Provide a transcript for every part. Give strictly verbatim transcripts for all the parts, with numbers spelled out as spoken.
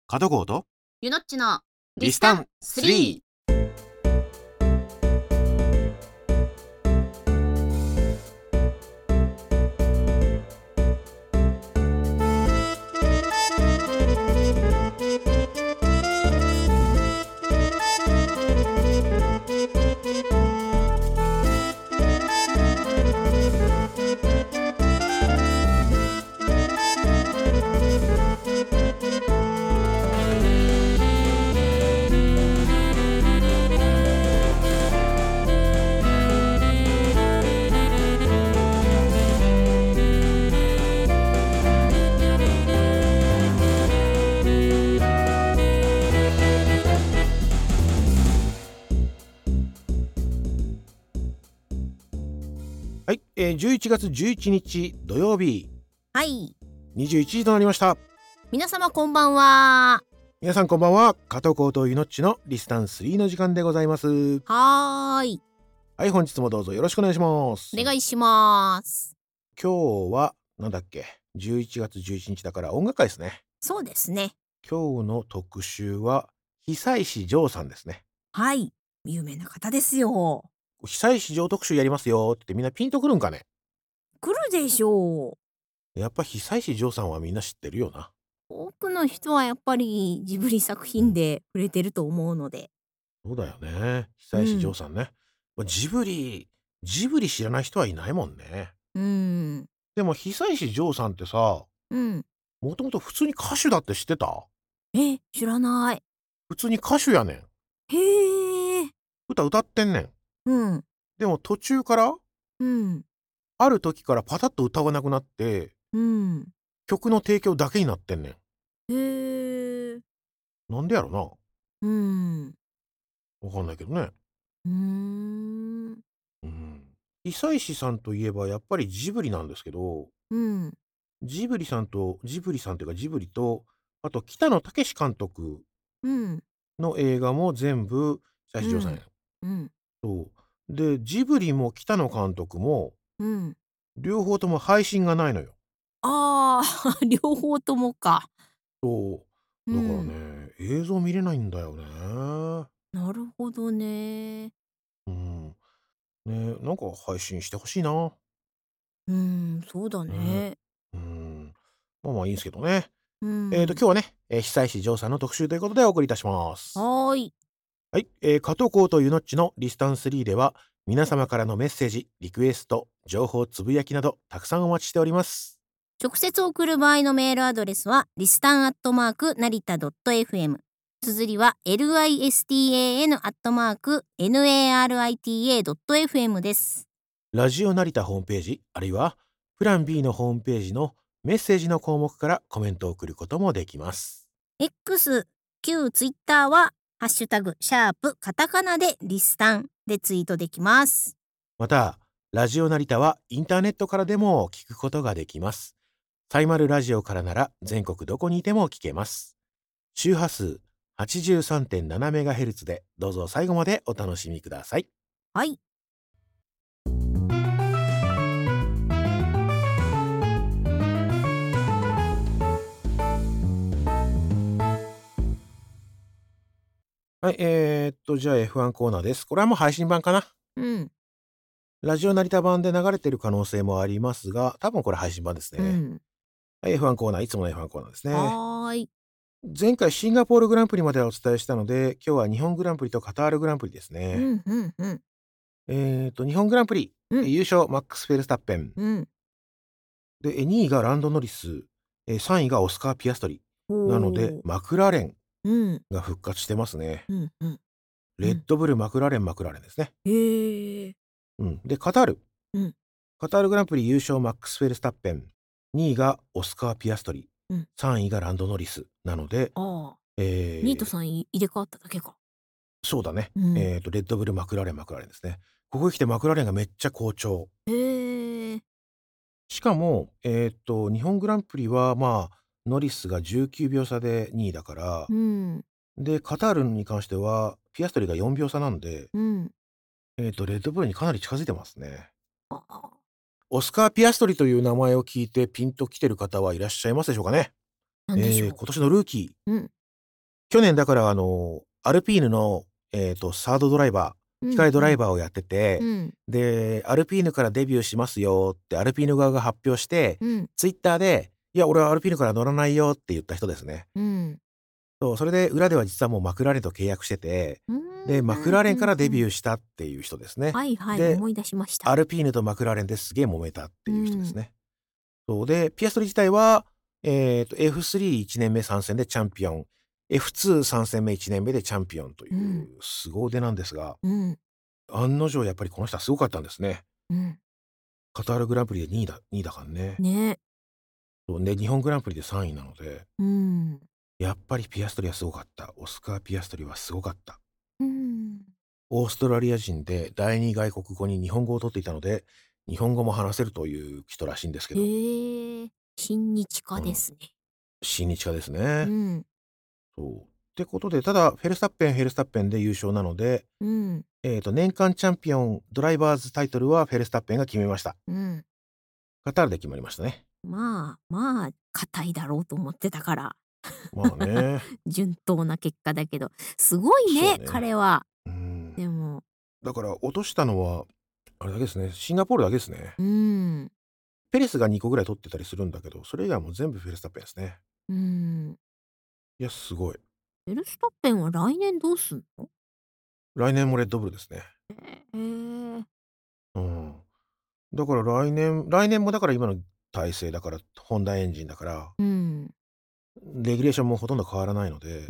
角郷とゆのっちのリスタンスリー。はい、えー、じゅういちがつじゅういちにち土曜日はい、 にじゅういちじとなりました。 皆様こんばんは。 皆さんこんばんは。加藤浩とゆのっちのリスタンスリーの時間でございます。 はーい、 はい、本日もどうぞよろしくお願いします。 お願いします。 今日はなんだっけ、じゅういちがつじゅういちにちだから音楽会ですね。 そうですね。 今日の特集は久石譲さんですね。 はい、有名な方ですよ。 久石譲特集やりますよってみんなピンとくるんかね。 来るでしょう。 やっぱ久石譲さんはみんな知ってるよな。 多くの人はやっぱりジブリ作品で触れてると思うので。 そうだよね。久石譲うん、 さんね。まジブリ、ジブリ知らない人はいないもんね。 うん、 でも久石譲さんってさ、 うん。 もともと普通に歌手だって知ってた？ え、知らない。 普通に歌手やねん。 へえ。 歌歌ってんねん。 うん、 でも途中から、 うん、 ある時からパタッと歌わなくなって、 うん。 曲の提供だけになってんねん。 へえ。 なんでやろな。 うん、 わかんないけどね。 うーん、 うん。久石さんといえばやっぱりジブリなんですけど、 うん、 ジブリさんと、ジブリさんというかジブリと、あと北野武監督うん、 の映画も全部久石譲さんや。 うん、うん、 そう。で、ジブリも北野監督もうん。 両方とも配信がないのよ。 ああ、両方ともか。 そう。だからうん、 ね、映像見れないんだよね。 なるほどね。 うん。ね、なんか配信してほしいな。 うん、そうだね。 ね。 うん。まあまあいいんですけどね。 うえーと、今ん。 日はね、えー久石譲さんの特集ということでお送りいたします。 はーい。 はい、えー、加藤浩とゆのっちのリスタンスリーでは皆様からのメッセージ、リクエスト、情報つぶやきなどたくさんお待ちしております。 直接送る場合のメールアドレスは、リスタンアットマーク、成田 .fm。綴りは、listan アットマーク、narita.fm です。 ラジオ成田ホームページ、あるいはプラン B のホームページのメッセージの項目からコメントを送ることもできます。 X、旧 Twitter は、ハッシュタグ、シャープ、カタカナでリスタンでツイートできます。 また、ラジオ成田はインターネットからでも聞くことができます。サイマルラジオからなら全国どこにいても聞けます。周波数 はちじゅうさんてんななメガヘルツ でどうぞ最後までお楽しみください。 はい。 はい、えー、っと、じゃあ エフワン コーナーです。これはもう配信版かな。 うん。 ラジオ成田版で流れてる可能性もありますが、多分これ配信版ですね。 うん。 はい、エフワン コーナー、いつもの エフワン コーナーですね。 はーい。 前回シンガポールグランプリまでお伝えしたので、今日は日本グランプリとカタールグランプリですね。 うん、うん、うん。 えーと、日本グランプリ、 うん、 優勝、マックス・フェルスタッペン。 うん。 で、にいがランド・ノリス、えさんいがオスカー・ピアストリ。なので、 おー。 マクラーレンうん、 が復活してますね。 うん、うん、うレッん。 ドブル、マクラーレン、マクラーレンですね。 へえ。 うん。で、カタール。 うん、 カタールグランプリ優勝、マックス・フェルスタッペン。にいがオスカー・ピアストリ。 うん。 さんいがランド・ノリス。なので、 ああ。ニートえー、 さんい入れ替わっただけか。 そうだね。 うん。 えーと、レッドブル、マクラーレン、マクラーレンですね。ここへ来てマクラーレンがめっちゃ好調。 へえ。 しかも、えーっと、日本グランプリは、まあ、ノリスがじゅうきゅうびょう差でにいだから、 うん、 で、カタールに関しては、ピアストリがよんびょう差なんで、 うん。 えーっと、レッドブルにかなり近づいてますね。 ああ。 オスカー・ピアストリという名前を聞いてピンと来てる方はいらっしゃいますでしょうかね。 なんでしえー、 ょ今年のルーキう。うん、 去年だからあのアルピーヌの、えー、とサードドライバー控えドライバーをやってて、 うん、 でアルピーヌからデビューしますよってアルピーヌ側が発表して、 うん、 ツイッターでいや俺はアルピーヌから乗らないよって言った人ですね。 うん。 そうそれで裏では実はもうマクラーレンと契約してて、 うーん、 でマクラーレンからデビュー。 ーしたっていう人ですね。 はいはい、 で思い出しました。 アルピーヌとマクラーレンですげえ揉めたってういう人ですん、 ね。そうでピアストリ自体は、えー、と エフスリーいち 年目参戦でチャンピオン、 エフツー 参戦目いちねんめでチャンピオンというん、 う凄腕なんですが、 うん、 案の定やっぱりこの人はすごかったんですね。 うん。 カタールグランプリでにいだにいだからね。 ね。 そうで日本グランプリでさんいなので、 うん、 やっぱりピアストリはすごかった。オスカー・ピアストリはすごかった。 うん。 オーストラリア人で第二外国語に日本語を取っていたので、日本語も話せるという人らしいんですけど、 へえ、親日家うん、 ですね。 親日家ですね。 うん、 そう。ってことで、ただ、フェルスタッペン、フェルスタッペンで優勝なので、 うん、 えっ、と、年間チャンピオン、ドライバーズタイトルはフェルスタッペンが決めました。 うん。 カタールで決まりましたね。 まあ、まあ、硬いだろうと思ってたから、 まあね。 順当な結果だけど、すごいね、 そうね。 彼は。 うん。 でも、 だから、落としたのは、あれだけですね。シンガポールだけですね。 うん、 ペレスがにこぐらい取ってたりするんだけど、それ以外はもう全部フェルスタッペンですね。 うん。 いや、すごい。 フェルスタッペンは来年どうすんの？ 来年もレッドブルですね。 へえ。 うん。だから来年、来年もだから今の体制だから、ホンダエンジンだから、 うん、 レギュレーションもほとんど変わらないので、 うん。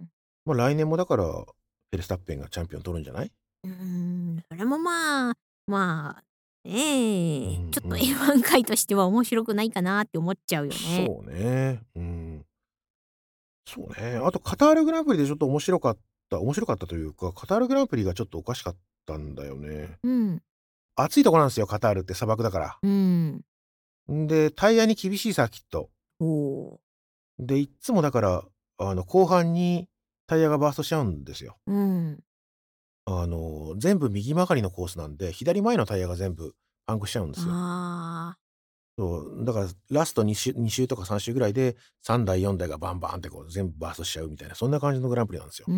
まあ、来年もだから、フェルスタッペンがチャンピオン取るんじゃない？ うーん、それもまあ、まあ、えうんえ、ちょっとうん。 エフワン 回としては面白くないかなって思っちゃうよね。 そうね。うん。そうね。あとカタールグランプリでちょっと面白かった面白かったというか、カタールグランプリがちょっとおかしかったんだよね。 うん、 暑いとこなんですよ、カタールって砂漠だから。 うん。 んで、タイヤに厳しいサーキット。 おお。 で、いっつもだから、あの、後半にタイヤがバーストしちゃうんですよ。 うん。 あの、全部右曲がりのコースなんで、左前のタイヤが全部パンクしちゃうんですよ。 ああ、 そう、だからラストに周に周とかさん周ぐらいで、さんだいよんだいがバンバンってこう全部バーストしちゃうみたいな、そんな感じのグランプリなんですよ。 うん、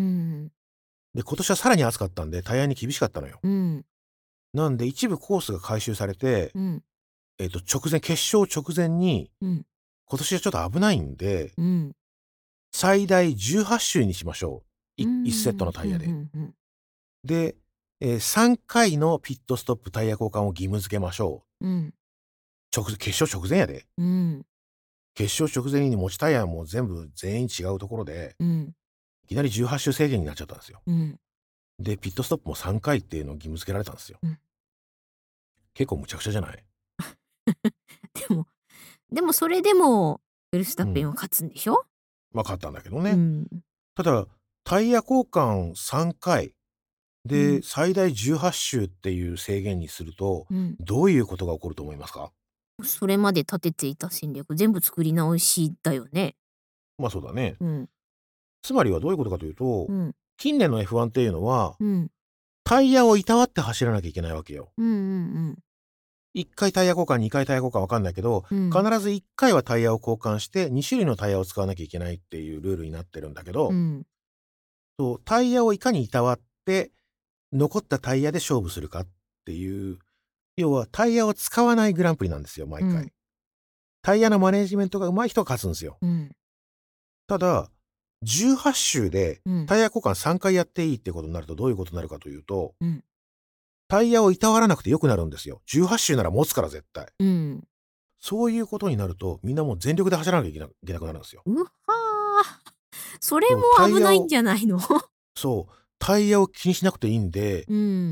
で、今年はさらに暑かったんで、タイヤに厳しかったのよ。 うん、 なんで一部コースが改修されて、 うん、 えっと、直前決勝直前に、 うん、 今年はちょっと危ないんで、 うん。 最大じゅうはち周にしましょう。 うーいいちセットん、 のタふんふイヤで。 んふん。 で、えーさんかいのピットストップタイヤ交換を義務付けましょう。 うん、 直決勝直前やで。 うん、 決勝直前に持ちタイヤも全部全員違うところで、 うん、 いきなりじゅうはち周制限になっちゃったんですよ。 うん、 で、ピットストップもさんかいっていうのを義務付けられたんですよ。 うん。 結構むちゃくちゃじゃない？ でもでもそれでも、フェルスタうん。 ッペンは勝つんでしょ？ ま、勝ったんだけどね。 うん、 ただ、タイヤ交換さんかいで、 うん、 最大じゅうはち周っていう制限にすると、 うん。 どういうことが起こると思いますか？ それまで立てていた戦略、全部作り直しだよね。 ま、そうだね。 うん、 つまりはどういうことかというと、 うん、 近年の エフワン っていうのは、 うん、 タイヤをいたわって走らなきゃいけないわけよ。 うんうんいっかいタイヤ交換、にかいタイヤ交換わかんないけど、 うん、うん、 必ずいっかいはタイヤを交換して、に種類のタイヤを使わなきゃいけないっていうルールになってるんだけど、 うん、 そう、タイヤをいかにいたわって、残ったタイヤで勝負するかっていう、要はタイヤを使わないグランプリなんですよ、毎うん、 回。タイヤのマネージメントが上手い人が勝つんですよ。 うん、 ただ、じゅうはち周でうん、 タイヤ交換さんかいやっていいってことになるとどういうことになるかというと、 うん、 タイヤをいたわらなくて良くなるんですよ。じゅうはち周なら持つから絶対。 うん。 そういうことになると、みんなもう全力で走らなきゃいけないけなくなるんですよ。 うはー。それそう、タも危ないんイヤをじゃないの？ そう、タイヤを気にしなくていいんで、 うん、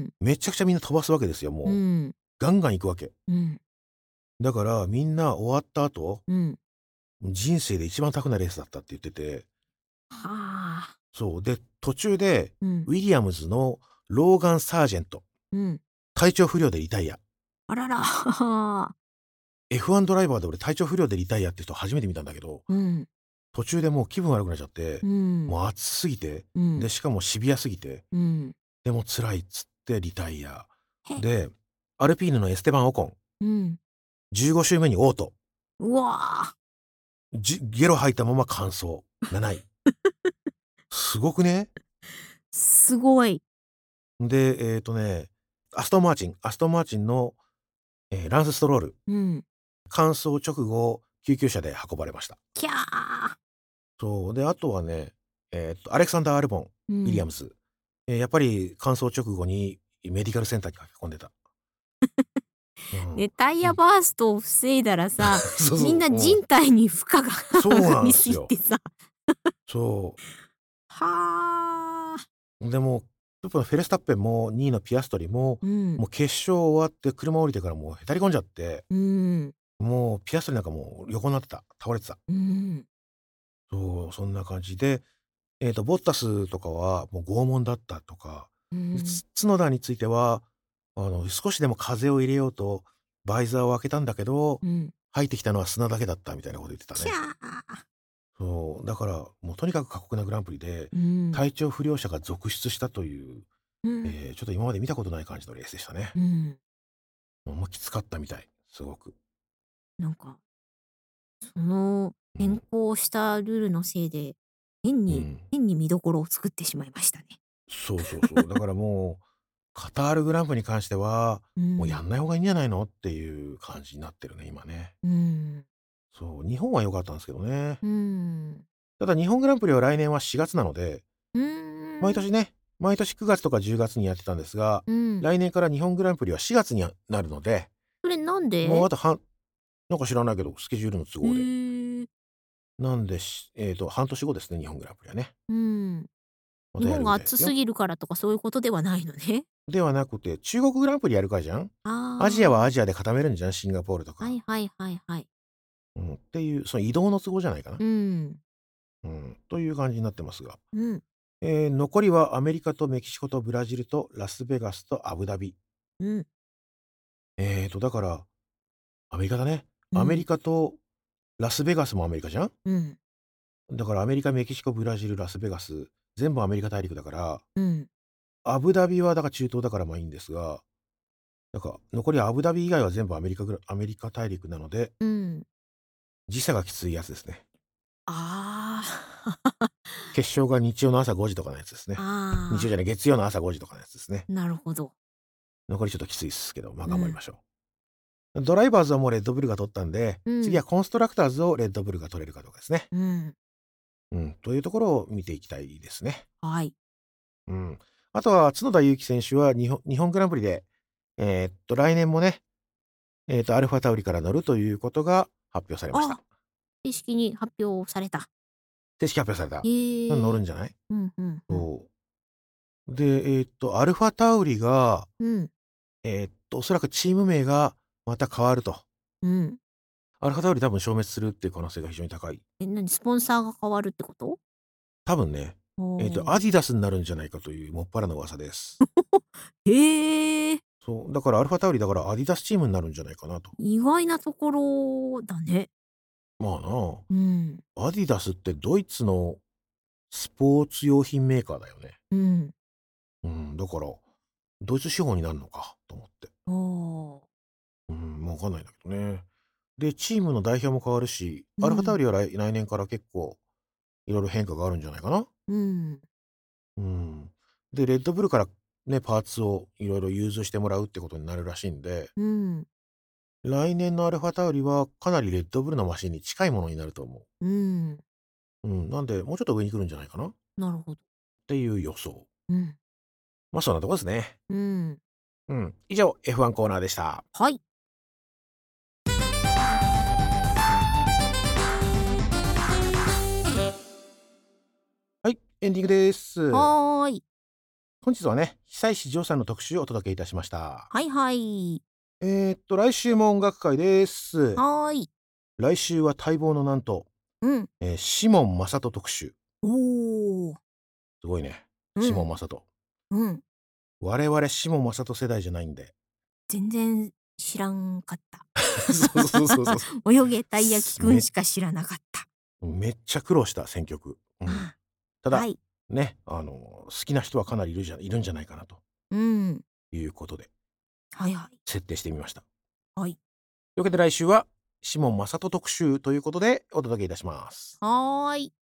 めちゃくちゃみんな飛ばすわけですよ、もう。 うん、 ガンガン行くわけ。 うん、 だからみんな終わった後、 うん。 人生で一番タフなレースだったって言ってて、 はあ。 そう、で、途中でうん、 ウィリアムズのローガン・サージェント、 うん。 体調不良でリタイア。 あらら、はは。 エフワン ドライバーで俺体調不良でリタイアって人初めて見たんだけど、 うん、 途中でもう気分悪くなっちゃって、 うん、 もう暑すぎて、 うん、 で、しかもシビアすぎて、 うん。 でも辛いっつってリタイア。 へ、 で、アルピーヌのエステバン・オコン、 うん。 じゅうご周目にオート。 うわあ。 じゲロ吐いたまま完走。なない。 すごくね。 すごい。 で、えっとね、アストンマーチンアストンマーチンの、えーランスストロール、 うん。 完走直後、救急車で運ばれました。 キャー。 そう、で、あとはね、えっと、アレクサンダー・アルボン、 うん。 ウィリアムズ。えーやっぱり完走直後にメディカルセンターに駆け込んでた。うん。 ね、タイうん。 ヤバーストを防いだらさ、 そうみんなそう、うん。 人体に負荷がそう上がりなんすよ。 すぎてさ。 そはあ。 う。でも、ちょっとフェルスタッペンもにいのピアストリも、 うん。 もう決勝終わって車降りてからもうへたり込んじゃって、 うん。 もうピアストリなんかもう横になってた。倒れてた。 うん。 そう、そんな感じで、えっと、ボッタスとかはもう拷問だったとか、で、 うん。 つ角田については、あの、少しでも風を入れようとバイザーを開けたんだけど、 うん。 入ってきたのは砂だけだったみたいなこと言ってたキャね。 ー。 そう、だから、もうとにかく過酷なグランプリで、 うん。 体調不良者が続出したという、 うん。 えーちょっと今まで見たことない感じのレースでしたね。 うん。 もうきつかったみたい、すごく。 なんか、そのうん。 変更したルールのせいで、変にうん。 変に見どころを作ってしまいましたね。 そうそうそう。だからもう、カタールグランプリに関しては、もうやうん。 んない方がいいんじゃないのっていう感じになってるね、今ね。 うん。 そう、日本は良かったんですけどね。 うん。 ただ日本グランプリは来年はしがつなので、 うーん。 毎年ね、毎年くがつとかじゅうがつにやってたんですが、 うん。 来年から日本グランプリはしがつになるので、 それなんで？ もうあと半なんか知らないけど、スケジュールの都へ合で。 え。 なんで、しえっと、半年後ですね、日本グランプリはね。 うん。 またやる日本がみたいですよ。 暑すぎるからとかそういうことではないのね。 ではなくて、中国グランプリやるからじゃん。アジアはアあジアで固めるんじゃん、シンガポールとあ、はか。 いはいはいはい。 うん、っていう、その移動の都合じゃないかな。 うん。 うん、という感じになってますが。 うん。 えー残りはアメリカとメキシコとブラジルとラスベガスとアブダビ。 うん。 えーと、だから、アメリカだね。アメリうん。 カとラスベガスもアメリカじゃん。 うん。 だからアメリカ、メキシコ、ブラジル、ラスベガス、全部アメリカ大陸だから、 うん。 アブダビはだから中東だからまあいいんですが、なんか残りアブダビ以外は全部アメリカぐらアメリカ大陸なので、 うん。 時差がきついやつですね。 ああ。 決勝が日曜の朝ごじとかのやつですね。日曜じゃああ、 ない、月曜の朝ごじとかのやつですね。 なるほど。 残りちょっときついですけど、まあうん。 頑張りましょう。ドライバーズはもうレッドブルが取ったんで、 うん。 次はコンストラクターズをレッドブルが取れるかどうかですね。 うん。 うん、というところを見ていきたいですね。 はい。 うん。あとは角田裕樹選手は日本日本グランプリで、えーっと、来年もね、えーっと、アルファタウリから乗るということが発表されました。 あ、正式に発表された。 正式発表された。乗へえ。 るんじゃない？ うんうんうん。 そう。で、えーっと、アルファタウリが、 うん。 えーっと、おそらくチーム名がまた変わると。 うん。 アルファタウリ多分消滅するっていう可能性が非常に高い。 え、なにスポンサーが変わるってこと？ 多分ね、 おえーっと、 お。 アディダスになるんじゃないかというもっぱらの噂です。 へえ。 そう、だからアルファタウリだからアディダスチームになるんじゃないかなと。 意外なところだね。 まあなうん。 あ、アディダスってドイツのスポーツ用品メーカーだよね。 うん。 うん、だから、ドイツ資本になるのかと思って。 おお。 うん、もうわかんないんだけどね。で、チームの代表も変わるし、アルファタウうん。 リは来来年から結構いろいろ変化があるんじゃないかな。 うん。 うん。で、レッドブルからね、パーツをいろいろ融通してもらうってことになるらしいんで、 うん。 来年のアルファタウリはかなりレッドブルのマシンに近いものになると思うん。 う。うん、なんで、もうちょっと上に来るんじゃないかなっなるほど。 ていう予想。 うん。 まあ、そんなとこですね。 うん。 うん。以上、エフワン コーナーでした。 はい。 はい、エンディングです。 はーい。 本日はね、久石譲さんの特集をお届けいたしました。 はいはい。 えーっと、来週も音楽会です。 はーい。 来週は待望のなんと、 うん。 えー、シモン・マサト特集。 おお。 すごいね。シモン・うん。 マサト。 うん。 我々シモン・マサト世代じゃないんで。 全然知らんかった。 そうそうそうそう。 泳げたい焼きくんめしか知らなかった。 めっちゃ苦労した選曲。うん。 あただ、 はい。 ね、あの、好きな人はかなりいるじゃいるんじゃないかなとうん。 いうことで、 はいはい。 設定してみました。 はい。 というわけで来週は、シモン・マサト特集ということでお届けいたします。 はーい。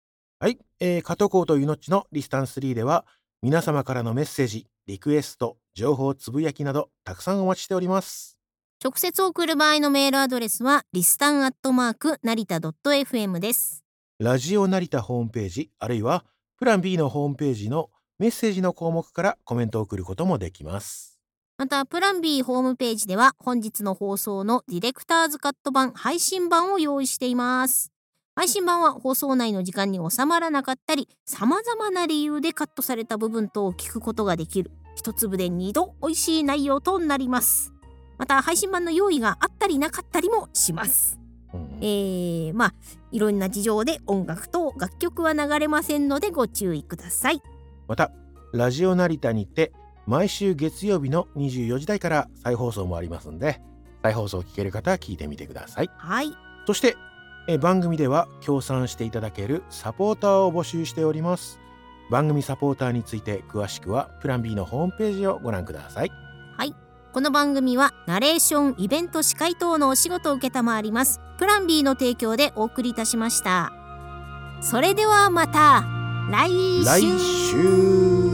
はい、えー、加藤コーとゆのっちのリスタンスリーでは皆様からのメッセージ、リクエスト、情報つぶやきなどたくさんお待ちしております。 直接送る場合のメールアドレスはリスタンアットマーク成田 .fm です。 ラジオ成田ホームページあるいはプラン B のホームページのメッセージの項目からコメントを送ることもできます。 またプラン B ホームページでは本日の放送のディレクターズカット版配信版を用意しています。配信版は放送内の時間に収まらなかったり様々な理由でカットされた部分等を聞くことができる一粒で二度美味しい内容となります。また配信版の用意があったりなかったりもします。 うん、 えー、まあいろんな事情で音楽と楽曲は流れませんのでご注意ください。 またラジオ成田にて毎週月曜日のにじゅうよじ台から再放送もありますんで、再放送を聞ける方は聞いてみてください。 はい。 そしてえ番組では協賛していただけるサポーターを募集しております。番組サポーターについて詳しくはプラン B のホームページをご覧ください。 はい。この番組はナレーション、イベント、司会等のお仕事を受けたまわりますプラン B の提供でお送りいたしました。それではまた来週。 来週